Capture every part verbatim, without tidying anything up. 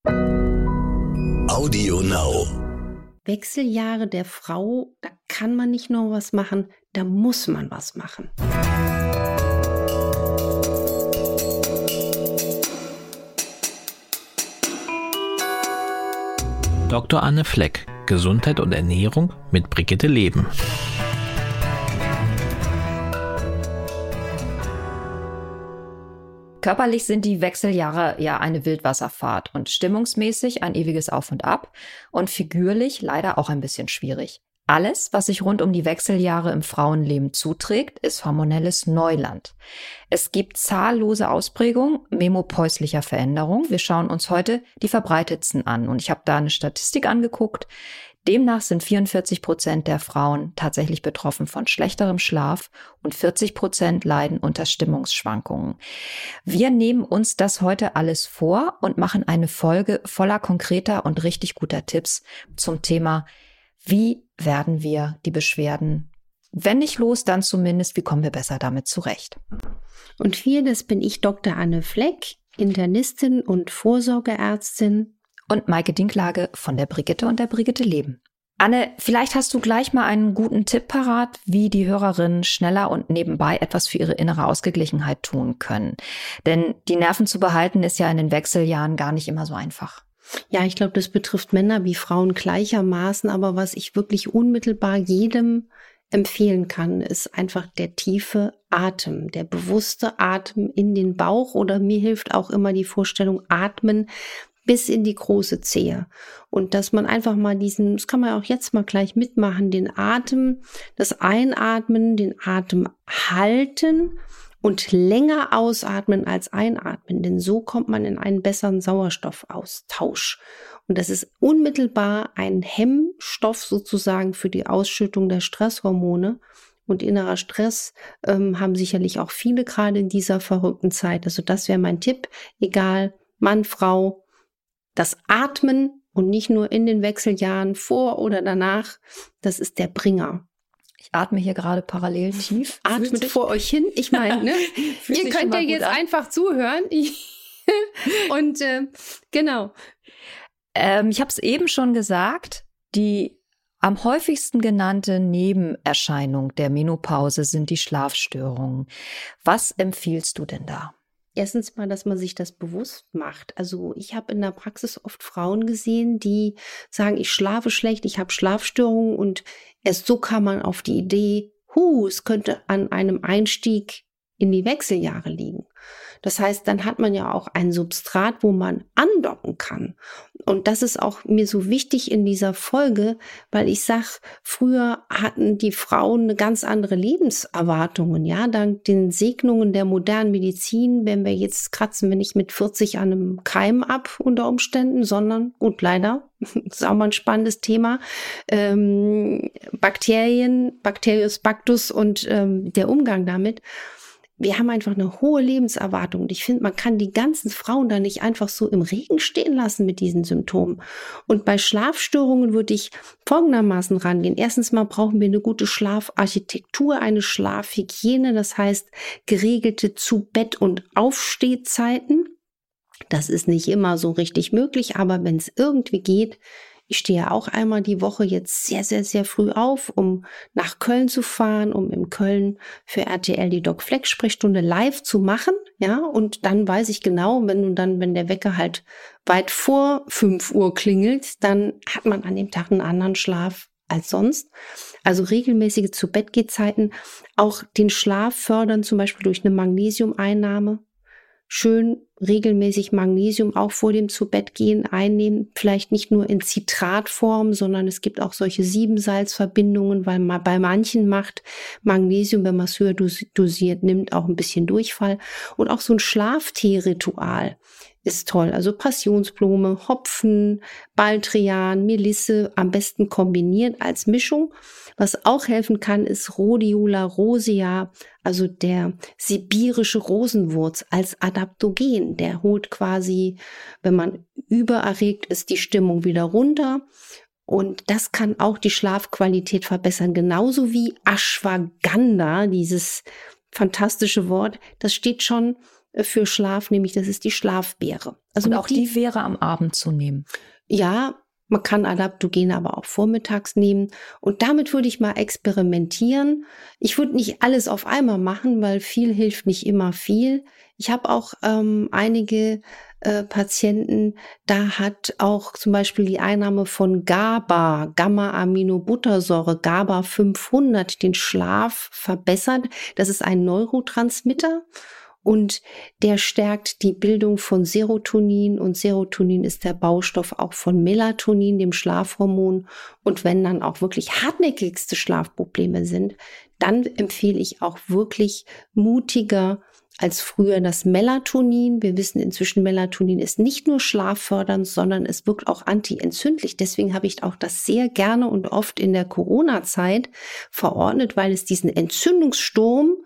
Audio Now. Wechseljahre der Frau, da kann man nicht nur was machen, da muss man was machen. Doktor Anne Fleck, Gesundheit und Ernährung mit Brigitte Leben. Körperlich sind die Wechseljahre ja eine Wildwasserfahrt und stimmungsmäßig ein ewiges Auf und Ab und figürlich leider auch ein bisschen schwierig. Alles, was sich rund um die Wechseljahre im Frauenleben zuträgt, ist hormonelles Neuland. Es gibt zahllose Ausprägungen menopauslicher Veränderungen. Wir schauen uns heute die verbreitetsten an und ich habe da eine Statistik angeguckt. Demnach sind vierundvierzig Prozent der Frauen tatsächlich betroffen von schlechterem Schlaf und vierzig Prozent leiden unter Stimmungsschwankungen. Wir nehmen uns das heute alles vor und machen eine Folge voller konkreter und richtig guter Tipps zum Thema, wie werden wir die Beschwerden, wenn nicht los, dann zumindest, wie kommen wir besser damit zurecht. Und wir, das bin ich, Doktor Anne Fleck, Internistin und Vorsorgeärztin. Und Maike Dinklage von der Brigitte und der Brigitte Leben. Anne, vielleicht hast du gleich mal einen guten Tipp parat, wie die Hörerinnen schneller und nebenbei etwas für ihre innere Ausgeglichenheit tun können. Denn die Nerven zu behalten ist ja in den Wechseljahren gar nicht immer so einfach. Ja, ich glaube, das betrifft Männer wie Frauen gleichermaßen. Aber was ich wirklich unmittelbar jedem empfehlen kann, ist einfach der tiefe Atem, der bewusste Atem in den Bauch. Oder mir hilft auch immer die Vorstellung, atmen bis in die große Zehe. Und dass man einfach mal diesen, das kann man auch jetzt mal gleich mitmachen, den Atem, das Einatmen, den Atem halten und länger ausatmen als einatmen. Denn so kommt man in einen besseren Sauerstoffaustausch. Und das ist unmittelbar ein Hemmstoff sozusagen für die Ausschüttung der Stresshormone. Und innerer Stress ähm, haben sicherlich auch viele gerade in dieser verrückten Zeit. Also das wäre mein Tipp, egal Mann, Frau, das Atmen und nicht nur in den Wechseljahren vor oder danach, das ist der Bringer. Ich atme hier gerade parallel tief. Atmet vor euch hin. Ich meine, ne? Ihr könnt ja jetzt an. einfach zuhören. Und äh, genau. Ähm, ich habe es eben schon gesagt, die am häufigsten genannte Nebenerscheinung der Menopause sind die Schlafstörungen. Was empfiehlst du denn da? Erstens mal, dass man sich das bewusst macht. Also ich habe in der Praxis oft Frauen gesehen, die sagen, ich schlafe schlecht, ich habe Schlafstörungen und erst so kam man auf die Idee, hu, es könnte an einem Einstieg in die Wechseljahre liegen. Das heißt, dann hat man ja auch ein Substrat, wo man andocken kann. Und das ist auch mir so wichtig in dieser Folge, weil ich sag, früher hatten die Frauen eine ganz andere Lebenserwartungen, ja, dank den Segnungen der modernen Medizin, wenn wir jetzt kratzen wir nicht mit vierzig an einem Keim ab unter Umständen, sondern, und leider, das ist auch mal ein spannendes Thema, ähm, Bakterien, Bacterius bactus und ähm, der Umgang damit. Wir haben einfach eine hohe Lebenserwartung und ich finde, man kann die ganzen Frauen da nicht einfach so im Regen stehen lassen mit diesen Symptomen. Und bei Schlafstörungen würde ich folgendermaßen rangehen. Erstens mal brauchen wir eine gute Schlafarchitektur, eine Schlafhygiene, das heißt geregelte Zu-, Bett- und Aufstehzeiten. Das ist nicht immer so richtig möglich, aber wenn es irgendwie geht, ich stehe ja auch einmal die Woche jetzt sehr, sehr, sehr früh auf, um nach Köln zu fahren, um in Köln für R T L die Doc-Fleck-Sprechstunde live zu machen. Ja, und dann weiß ich genau, wenn du dann, wenn der Wecker halt weit vor fünf Uhr klingelt, dann hat man an dem Tag einen anderen Schlaf als sonst. Also regelmäßige Zu-Bett-Geh-Zeiten, auch den Schlaf fördern, zum Beispiel durch eine Magnesiumeinnahme. Schön regelmäßig Magnesium auch vor dem Zu-Bett-Gehen einnehmen. Vielleicht nicht nur in Zitratform, sondern es gibt auch solche Siebensalzverbindungen, weil man bei manchen macht Magnesium, wenn man es höher dosiert nimmt, auch ein bisschen Durchfall. Und auch so ein Schlaftee-Ritual ist toll. Also Passionsblume, Hopfen, Baldrian, Melisse, am besten kombiniert als Mischung. Was auch helfen kann, ist Rhodiola rosea, also der sibirische Rosenwurz als Adaptogen. Der holt quasi, wenn man übererregt ist, die Stimmung wieder runter. Und das kann auch die Schlafqualität verbessern, genauso wie Ashwagandha, dieses fantastische Wort. Das steht schon für Schlaf, nämlich das ist die Schlafbeere. Also und auch die, die wäre am Abend zu nehmen. Ja, man kann Adaptogene aber auch vormittags nehmen. Und damit würde ich mal experimentieren. Ich würde nicht alles auf einmal machen, weil viel hilft nicht immer viel. Ich habe auch ähm, einige äh, Patienten, da hat auch zum Beispiel die Einnahme von GABA, Gamma-Aminobuttersäure, GABA fünfhundert, den Schlaf verbessert. Das ist ein Neurotransmitter. Und der stärkt die Bildung von Serotonin und Serotonin ist der Baustoff auch von Melatonin, dem Schlafhormon. Und wenn dann auch wirklich hartnäckigste Schlafprobleme sind, dann empfehle ich auch wirklich mutiger als früher das Melatonin. Wir wissen inzwischen, Melatonin ist nicht nur schlaffördernd, sondern es wirkt auch antientzündlich. Deswegen habe ich auch das sehr gerne und oft in der Corona-Zeit verordnet, weil es diesen Entzündungssturm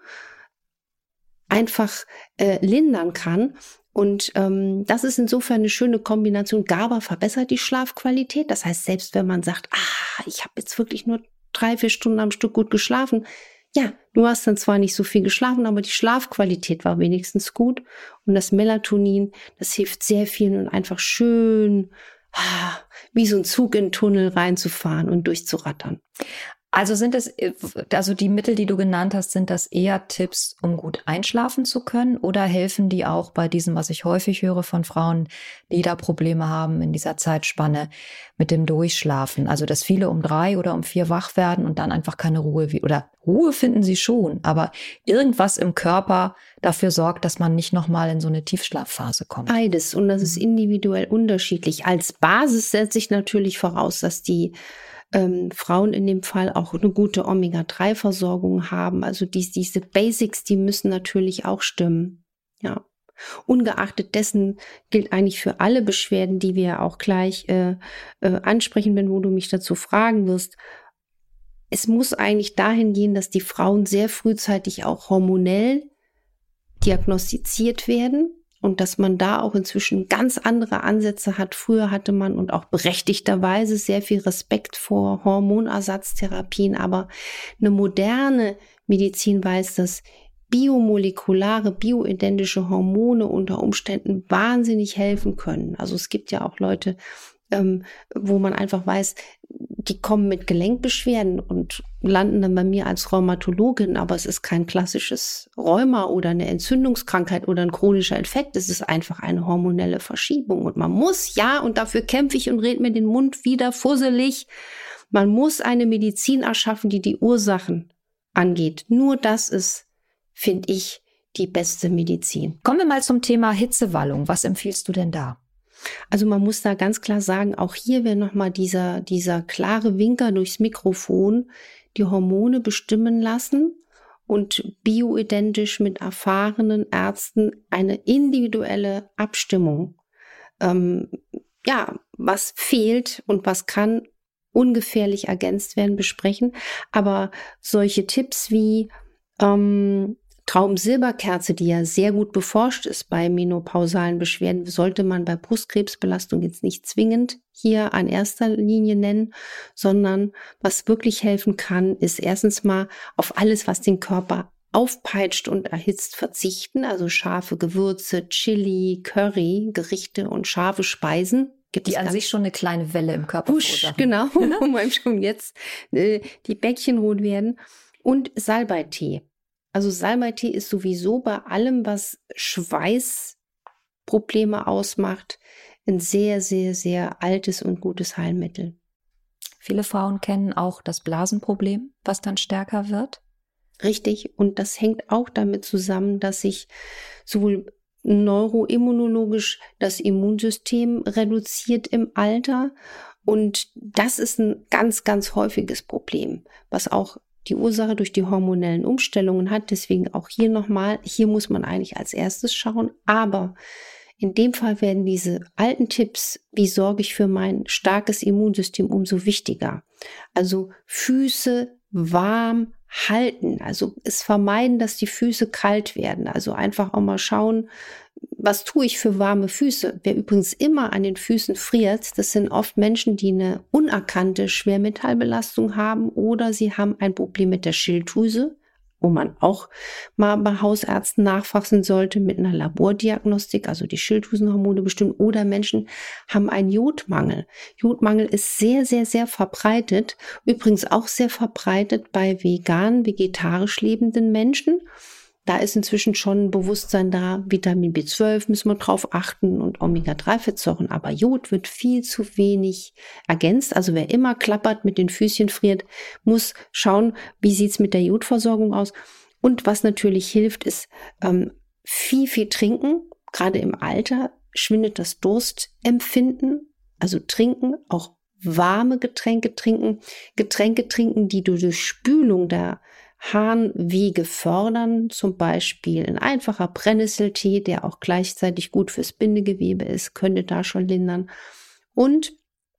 einfach äh, lindern kann. Und ähm, das ist insofern eine schöne Kombination. GABA verbessert die Schlafqualität. Das heißt, selbst wenn man sagt, ah, ich habe jetzt wirklich nur drei, vier Stunden am Stück gut geschlafen. Ja, du hast dann zwar nicht so viel geschlafen, aber die Schlafqualität war wenigstens gut. Und das Melatonin, das hilft sehr vielen und einfach schön ah, wie so ein Zug in den Tunnel reinzufahren und durchzurattern. Also sind es, also die Mittel, die du genannt hast, sind das eher Tipps, um gut einschlafen zu können oder helfen die auch bei diesem, was ich häufig höre von Frauen, die da Probleme haben in dieser Zeitspanne mit dem Durchschlafen? Also dass viele um drei oder um vier wach werden und dann einfach keine Ruhe, oder Ruhe finden sie schon, aber irgendwas im Körper dafür sorgt, dass man nicht nochmal in so eine Tiefschlafphase kommt. Beides und das ist individuell unterschiedlich. Als Basis setze ich natürlich voraus, dass die Ähm, Frauen in dem Fall auch eine gute Omega drei Versorgung haben. Also die, diese Basics, die müssen natürlich auch stimmen. Ja. Ungeachtet dessen gilt eigentlich für alle Beschwerden, die wir auch gleich äh, äh, ansprechen, wenn wo du mich dazu fragen wirst. Es muss eigentlich dahin gehen, dass die Frauen sehr frühzeitig auch hormonell diagnostiziert werden. Und dass man da auch inzwischen ganz andere Ansätze hat. Früher hatte man und auch berechtigterweise sehr viel Respekt vor Hormonersatztherapien. Aber eine moderne Medizin weiß, dass biomolekulare, bioidentische Hormone unter Umständen wahnsinnig helfen können. Also es gibt ja auch Leute, ähm, wo man einfach weiß, die kommen mit Gelenkbeschwerden und landen dann bei mir als Rheumatologin, aber es ist kein klassisches Rheuma oder eine Entzündungskrankheit oder ein chronischer Infekt, es ist einfach eine hormonelle Verschiebung und man muss, ja, und dafür kämpfe ich und rede mir den Mund wieder fusselig, man muss eine Medizin erschaffen, die die Ursachen angeht. Nur das ist, finde ich, die beste Medizin. Kommen wir mal zum Thema Hitzewallung. Was empfiehlst du denn da? Also man muss da ganz klar sagen, auch hier wäre nochmal dieser, dieser klare Winker durchs Mikrofon, die Hormone bestimmen lassen und bioidentisch mit erfahrenen Ärzten eine individuelle Abstimmung. Ähm, ja, was fehlt und was kann ungefährlich ergänzt werden, besprechen. Aber solche Tipps wie ähm, Traubensilberkerze, die ja sehr gut beforscht ist bei menopausalen Beschwerden, sollte man bei Brustkrebsbelastung jetzt nicht zwingend hier an erster Linie nennen, sondern was wirklich helfen kann, ist erstens mal auf alles, was den Körper aufpeitscht und erhitzt, verzichten, also scharfe Gewürze, Chili, Curry, Gerichte und scharfe Speisen. Gibt die an sich schon eine kleine Welle im Körper verursachen. Genau, wo man schon jetzt äh, die Bäckchen rot werden. Und Salbeitee. Also Salbeitee ist sowieso bei allem, was Schweißprobleme ausmacht, ein sehr, sehr, sehr altes und gutes Heilmittel. Viele Frauen kennen auch das Blasenproblem, was dann stärker wird. Richtig. Und das hängt auch damit zusammen, dass sich sowohl neuroimmunologisch das Immunsystem reduziert im Alter. Und das ist ein ganz, ganz häufiges Problem, was auch die Ursache durch die hormonellen Umstellungen hat. Deswegen auch hier nochmal, hier muss man eigentlich als erstes schauen. Aber in dem Fall werden diese alten Tipps, wie sorge ich für mein starkes Immunsystem, umso wichtiger. Also Füße warm halten, also es vermeiden, dass die Füße kalt werden. Also einfach auch mal schauen, was tue ich für warme Füße? Wer übrigens immer an den Füßen friert, das sind oft Menschen, die eine unerkannte Schwermetallbelastung haben oder sie haben ein Problem mit der Schilddrüse. wo man auch mal bei Hausärzten nachfassen sollte mit einer Labordiagnostik, also die Schilddrüsenhormone bestimmen, oder Menschen haben einen Jodmangel. Jodmangel ist sehr, sehr, sehr verbreitet, übrigens auch sehr verbreitet bei vegan, vegetarisch lebenden Menschen. Da ist inzwischen schon ein Bewusstsein da, Vitamin B zwölf müssen wir drauf achten und Omega drei Fettsäuren. Aber Jod wird viel zu wenig ergänzt. Also wer immer klappert, mit den Füßchen friert, muss schauen, wie sieht's mit der Jodversorgung aus. Und was natürlich hilft, ist ähm, viel, viel trinken. Gerade im Alter schwindet das Durstempfinden. Also trinken, auch warme Getränke trinken. Getränke trinken, die du durch Spülung der Harnwege fördern, zum Beispiel ein einfacher Brennnesseltee, der auch gleichzeitig gut fürs Bindegewebe ist, könnte da schon lindern. Und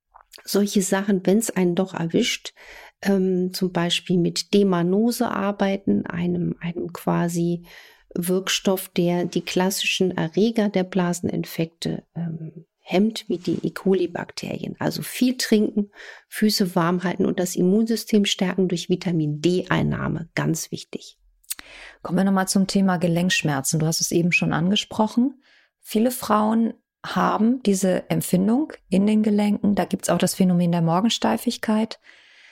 solche Sachen, wenn es einen doch erwischt, ähm, zum Beispiel mit Demanose arbeiten, einem, einem quasi Wirkstoff, der die klassischen Erreger der Blaseninfekte ähm, hemmt, wie die E. coli-Bakterien. Also viel trinken, Füße warm halten und das Immunsystem stärken durch Vitamin-D-Einnahme. Ganz wichtig. Kommen wir nochmal zum Thema Gelenkschmerzen. Du hast es eben schon angesprochen. Viele Frauen haben diese Empfindung in den Gelenken. Da gibt es auch das Phänomen der Morgensteifigkeit.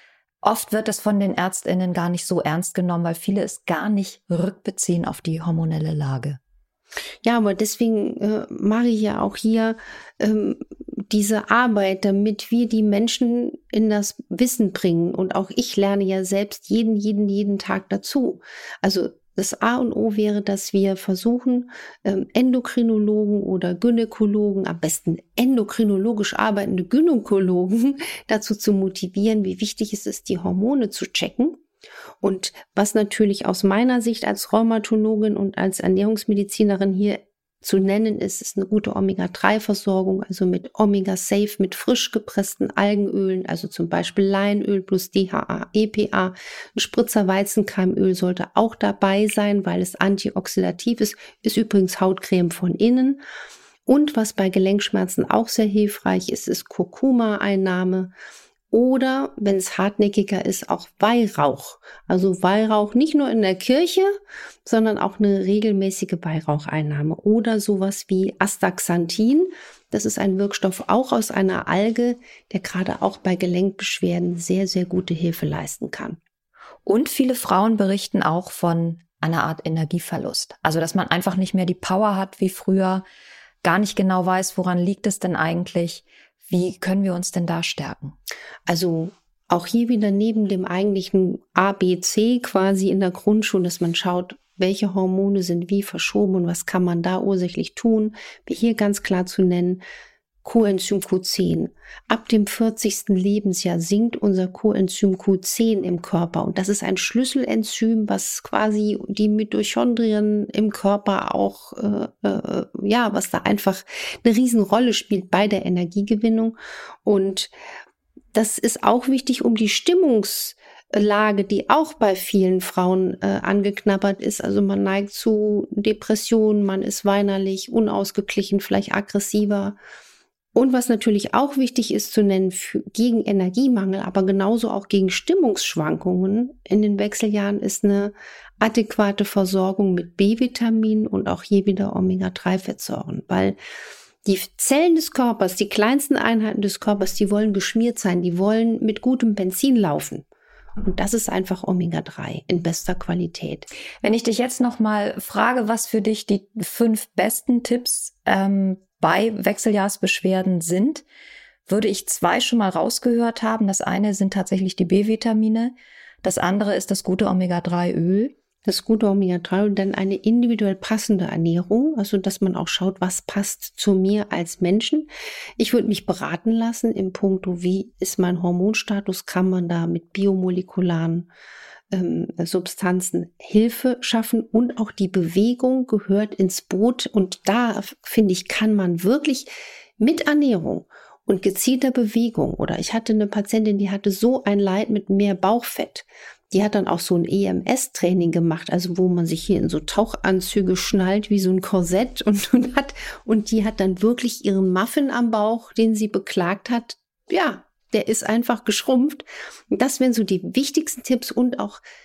Oft wird es von den ÄrztInnen gar nicht so ernst genommen, weil viele es gar nicht rückbeziehen auf die hormonelle Lage. Ja, aber deswegen äh, mache ich ja auch hier ähm, diese Arbeit, damit wir die Menschen in das Wissen bringen. Und auch ich lerne ja selbst jeden, jeden, jeden Tag dazu. Also das A und O wäre, dass wir versuchen, ähm, Endokrinologen oder Gynäkologen, am besten endokrinologisch arbeitende Gynäkologen dazu zu motivieren, wie wichtig es ist, die Hormone zu checken. Und was natürlich aus meiner Sicht als Rheumatologin und als Ernährungsmedizinerin hier zu nennen ist, ist eine gute Omega drei Versorgung, also mit Omega-Safe, mit frisch gepressten Algenölen, also zum Beispiel Leinöl plus D H A, E P A. Ein Spritzer Weizenkeimöl sollte auch dabei sein, weil es antioxidativ ist, ist übrigens Hautcreme von innen. Und was bei Gelenkschmerzen auch sehr hilfreich ist, ist Kurkuma-Einnahme. Oder, wenn es hartnäckiger ist, auch Weihrauch. Also Weihrauch nicht nur in der Kirche, sondern auch eine regelmäßige Weihraucheinnahme. Oder sowas wie Astaxanthin. Das ist ein Wirkstoff auch aus einer Alge, der gerade auch bei Gelenkbeschwerden sehr, sehr gute Hilfe leisten kann. Und viele Frauen berichten auch von einer Art Energieverlust. Also, dass man einfach nicht mehr die Power hat wie früher, gar nicht genau weiß, woran liegt es denn eigentlich. Wie können wir uns denn da stärken? Also auch hier wieder neben dem eigentlichen A B C quasi in der Grundschule, dass man schaut, welche Hormone sind wie verschoben und was kann man da ursächlich tun. Wie hier ganz klar zu nennen, Coenzym Q zehn. Ab dem vierzigsten Lebensjahr sinkt unser Coenzym Q zehn im Körper und das ist ein Schlüsselenzym, was quasi die Mitochondrien im Körper auch, äh, äh, ja, was da einfach eine Riesenrolle spielt bei der Energiegewinnung. Und das ist auch wichtig, um die Stimmungslage, die auch bei vielen Frauen äh, angeknabbert ist. Also man neigt zu Depressionen, man ist weinerlich, unausgeglichen, vielleicht aggressiver. Und was natürlich auch wichtig ist zu nennen für, gegen Energiemangel, aber genauso auch gegen Stimmungsschwankungen in den Wechseljahren, ist eine adäquate Versorgung mit B-Vitaminen und auch hier wieder Omega drei Fettsäuren. Weil die Zellen des Körpers, die kleinsten Einheiten des Körpers, die wollen geschmiert sein, die wollen mit gutem Benzin laufen. Und das ist einfach Omega drei in bester Qualität. Wenn ich dich jetzt noch mal frage, was für dich die fünf besten Tipps ähm, bei Wechseljahrsbeschwerden sind, würde ich zwei schon mal rausgehört haben. Das eine sind tatsächlich die B-Vitamine. Das andere ist das gute Omega drei Öl. Das gute Omega drei und dann eine individuell passende Ernährung, also dass man auch schaut, was passt zu mir als Menschen. Ich würde mich beraten lassen im Punkto, wie ist mein Hormonstatus, kann man da mit biomolekularen ähm, Substanzen Hilfe schaffen und auch die Bewegung gehört ins Boot und da, finde ich, kann man wirklich mit Ernährung und gezielter Bewegung oder ich hatte eine Patientin, die hatte so ein Leid mit mehr Bauchfett. Die hat dann auch so ein E M S-Training gemacht, also wo man sich hier in so Tauchanzüge schnallt wie so ein Korsett und, und hat und die hat dann wirklich ihren Muffin am Bauch, den sie beklagt hat, ja, der ist einfach geschrumpft. Das wären so die wichtigsten Tipps und auch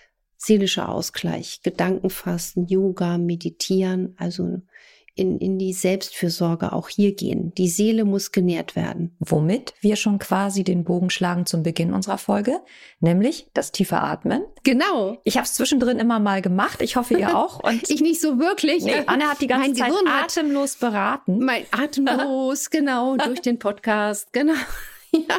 seelischer Ausgleich, Gedankenfasten, Yoga, Meditieren, also in, in die Selbstfürsorge auch hier gehen. Die Seele muss genährt werden. Womit wir schon quasi den Bogen schlagen zum Beginn unserer Folge, nämlich das tiefe Atmen. Genau. Ich habe es zwischendrin immer mal gemacht. Ich hoffe, ihr auch. Und ich nicht so wirklich. Nee, Anne hat die ganze mein Zeit Gehirn atemlos beraten. Mein atemlos, genau, durch den Podcast, genau. Ja.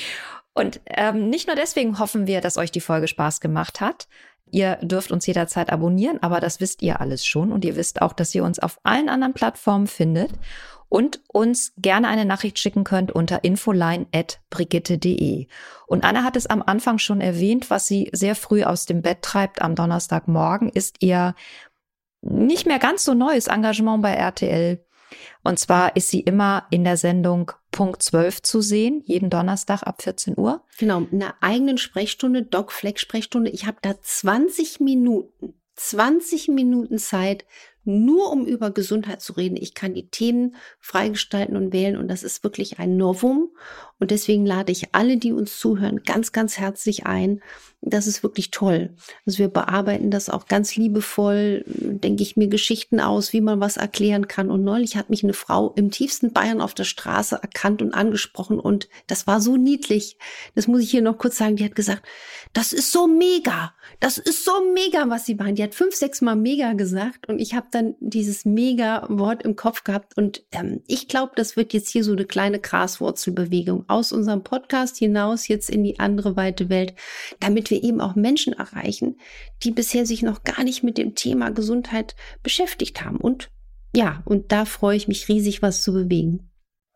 Und ähm, nicht nur deswegen hoffen wir, dass euch die Folge Spaß gemacht hat. Ihr dürft uns jederzeit abonnieren, aber das wisst ihr alles schon. Und ihr wisst auch, dass ihr uns auf allen anderen Plattformen findet und uns gerne eine Nachricht schicken könnt unter infoline at brigitte punkt de. Und Anne hat es am Anfang schon erwähnt, was sie sehr früh aus dem Bett treibt am Donnerstagmorgen, ist ihr nicht mehr ganz so neues Engagement bei R T L. Und zwar ist sie immer in der Sendung Punkt zwölf zu sehen, jeden Donnerstag ab vierzehn Uhr. Genau, in einer eigenen Sprechstunde, Doc-Fleck-Sprechstunde. Ich habe da zwanzig Minuten, zwanzig Minuten Zeit, nur um über Gesundheit zu reden. Ich kann die Themen freigestalten und wählen und das ist wirklich ein Novum. Und deswegen lade ich alle, die uns zuhören, ganz, ganz herzlich ein. Das ist wirklich toll. Also wir bearbeiten das auch ganz liebevoll, denke ich mir Geschichten aus, wie man was erklären kann. Und neulich hat mich eine Frau im tiefsten Bayern auf der Straße erkannt und angesprochen und das war so niedlich. Das muss ich hier noch kurz sagen. Die hat gesagt, das ist so mega. Das ist so mega, was sie machen. Die hat fünf, sechs Mal mega gesagt und ich habe dann dieses Mega-Wort im Kopf gehabt und ähm, ich glaube, das wird jetzt hier so eine kleine Graswurzelbewegung aus unserem Podcast hinaus jetzt in die andere weite Welt, damit wir eben auch Menschen erreichen, die bisher sich noch gar nicht mit dem Thema Gesundheit beschäftigt haben. Und ja, und da freue ich mich riesig, was zu bewegen.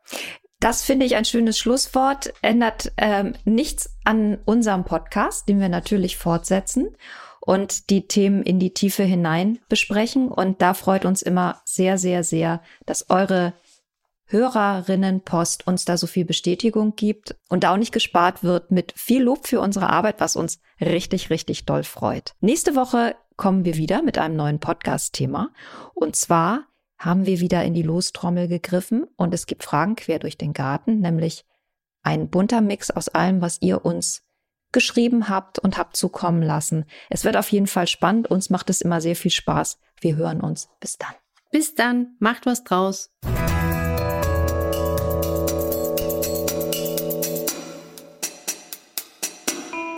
Das finde ich ein schönes Schlusswort. Ändert ähm, nichts an unserem Podcast, den wir natürlich fortsetzen und die Themen in die Tiefe hinein besprechen. Und da freut uns immer sehr, sehr, sehr, dass eure Hörerinnenpost uns da so viel Bestätigung gibt und da auch nicht gespart wird mit viel Lob für unsere Arbeit, was uns richtig, richtig doll freut. Nächste Woche kommen wir wieder mit einem neuen Podcast-Thema und zwar haben wir wieder in die Lostrommel gegriffen und es gibt Fragen quer durch den Garten, nämlich ein bunter Mix aus allem, was ihr uns geschrieben habt und habt zukommen lassen. Es wird auf jeden Fall spannend, uns macht es immer sehr viel Spaß. Wir hören uns. Bis dann. Bis dann, macht was draus.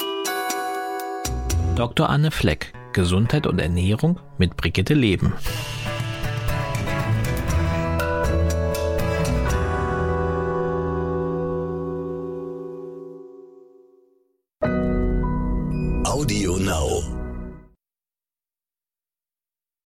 Doktor Anne Fleck, Gesundheit und Ernährung mit Brigitte Leben.